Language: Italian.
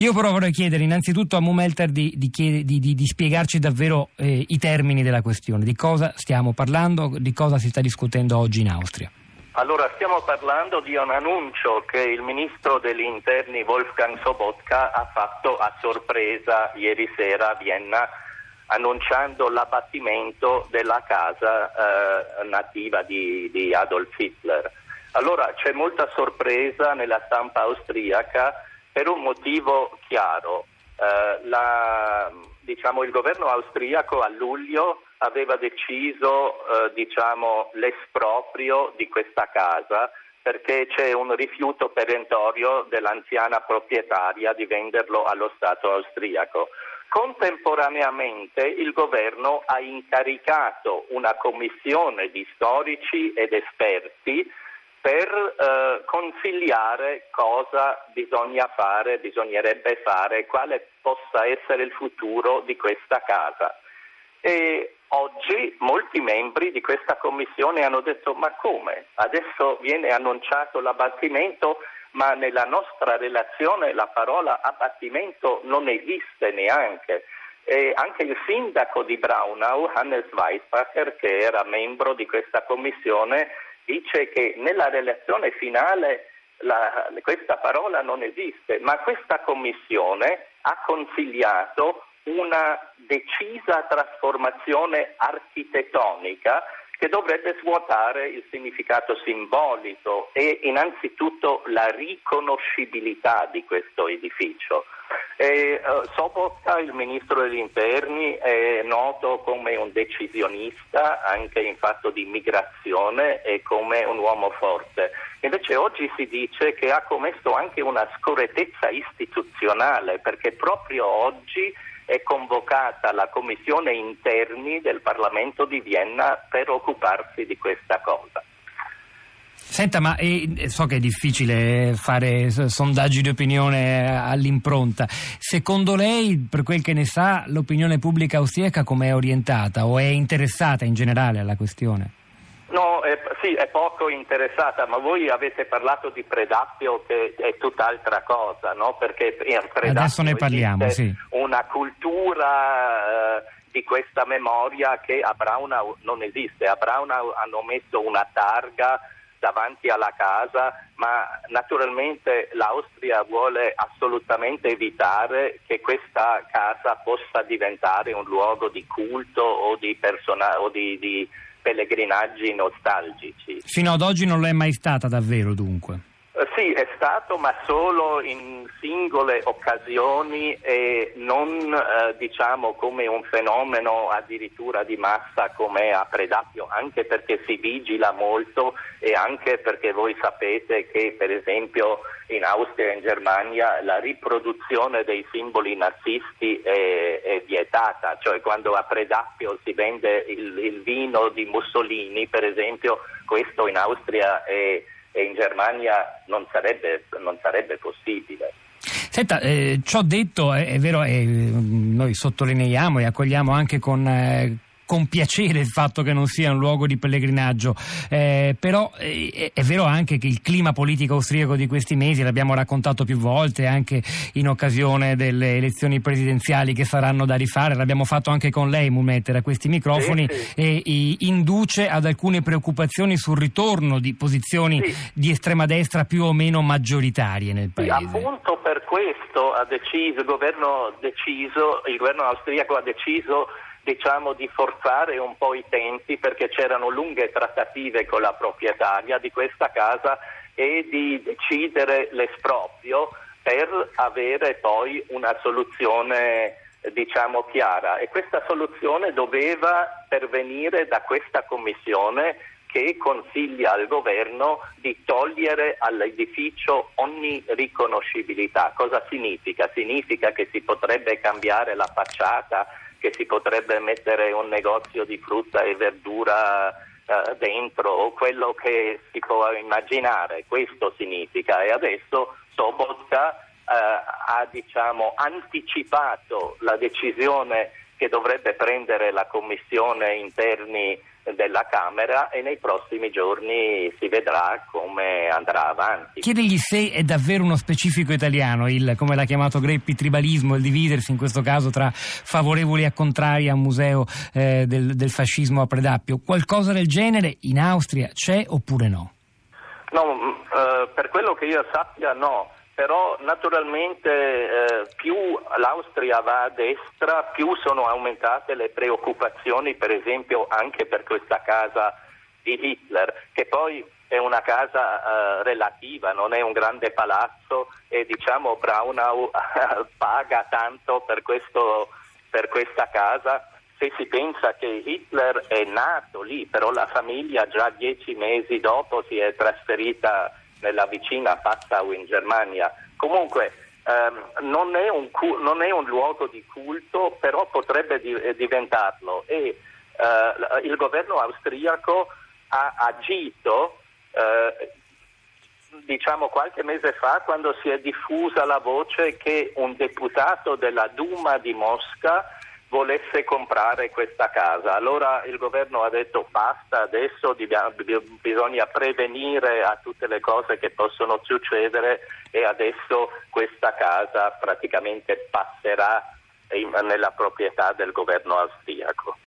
Io però vorrei chiedere innanzitutto a Mumelter di spiegarci davvero i termini della questione, di cosa stiamo parlando, di cosa si sta discutendo oggi in Austria. Allora, stiamo parlando di un annuncio che il ministro degli interni Wolfgang Sobotka ha fatto a sorpresa ieri sera a Vienna, annunciando l'abbattimento della casa nativa di Adolf Hitler. Allora, c'è molta sorpresa nella stampa austriaca per un motivo chiaro. Il governo austriaco a luglio aveva deciso l'esproprio di questa casa perché c'è un rifiuto perentorio dell'anziana proprietaria di venderlo allo Stato austriaco. Contemporaneamente il governo ha incaricato una commissione di storici ed esperti per consigliare cosa bisognerebbe fare, quale possa essere il futuro di questa casa. E oggi molti membri di questa commissione hanno detto: ma come? Adesso viene annunciato l'abbattimento, ma nella nostra relazione la parola abbattimento non esiste neanche. E anche il sindaco di Braunau, Hannes Weisbacher, che era membro di questa commissione, dice che nella relazione finale questa parola non esiste, ma questa commissione ha consigliato una decisa trasformazione architettonica che dovrebbe svuotare il significato simbolico e innanzitutto la riconoscibilità di questo edificio. Sobotka, il ministro degli interni, è noto come un decisionista anche in fatto di migrazione e come un uomo forte. Invece oggi si dice che ha commesso anche una scorrettezza istituzionale, perché proprio oggi è convocata la commissione interni del Parlamento di Vienna per occuparsi di questa cosa. Senta, ma so che è difficile fare sondaggi di opinione all'impronta. Secondo lei, per quel che ne sa, l'opinione pubblica austriaca com'è orientata o è interessata in generale alla questione? No, sì, è poco interessata, ma voi avete parlato di Predappio, che è tutt'altra cosa, no? Perché adesso ne parliamo, sì. Una cultura di questa memoria che a Braunau non esiste. A Braunau hanno messo una targa davanti alla casa, ma naturalmente l'Austria vuole assolutamente evitare che questa casa possa diventare un luogo di culto o di pellegrinaggi nostalgici. Fino ad oggi non lo è mai stata davvero, dunque? Sì, è stato, ma solo in singole occasioni e non come un fenomeno addirittura di massa come a Predappio, anche perché si vigila molto e anche perché voi sapete che per esempio in Austria e in Germania la riproduzione dei simboli nazisti è vietata, cioè quando a Predappio si vende il vino di Mussolini, per esempio, questo in Austria e in Germania non sarebbe possibile. Senta, ciò detto è vero, noi sottolineiamo e accogliamo anche con piacere il fatto che non sia un luogo di pellegrinaggio, però è vero anche che il clima politico austriaco di questi mesi, l'abbiamo raccontato più volte anche in occasione delle elezioni presidenziali che saranno da rifare, l'abbiamo fatto anche con lei, Mumelter, a questi microfoni, sì. E induce ad alcune preoccupazioni sul ritorno di posizioni di estrema destra più o meno maggioritarie nel paese. Sì, appunto per questo il governo austriaco ha deciso di forzare un po' i tempi, perché c'erano lunghe trattative con la proprietaria di questa casa e di decidere l'esproprio per avere poi una soluzione chiara, e questa soluzione doveva pervenire da questa commissione che consiglia al governo di togliere all'edificio ogni riconoscibilità. Cosa significa? Significa che si potrebbe cambiare la facciata, che si potrebbe mettere un negozio di frutta e verdura dentro, o quello che si può immaginare. Questo significa, e adesso Sobotka ha anticipato la decisione che dovrebbe prendere la commissione interni della Camera e nei prossimi giorni si vedrà come andrà avanti. Chiedergli se è davvero uno specifico italiano, come l'ha chiamato Greppi, tribalismo, il dividersi in questo caso tra favorevoli e contrari a un museo del fascismo a Predappio. Qualcosa del genere in Austria c'è oppure no? No, per quello che io sappia no. Però naturalmente più l'Austria va a destra, più sono aumentate le preoccupazioni, per esempio anche per questa casa di Hitler, che poi è una casa relativa, non è un grande palazzo e diciamo Braunau paga tanto per questa casa. Se si pensa che Hitler è nato lì, però la famiglia già 10 mesi dopo si è trasferita nella vicina Passau in Germania. Comunque non è un luogo di culto, però potrebbe diventarlo e il governo austriaco ha agito diciamo qualche mese fa, quando si è diffusa la voce che un deputato della Duma di Mosca volesse comprare questa casa. Allora il governo ha detto basta, adesso bisogna prevenire a tutte le cose che possono succedere e adesso questa casa praticamente passerà nella proprietà del governo austriaco.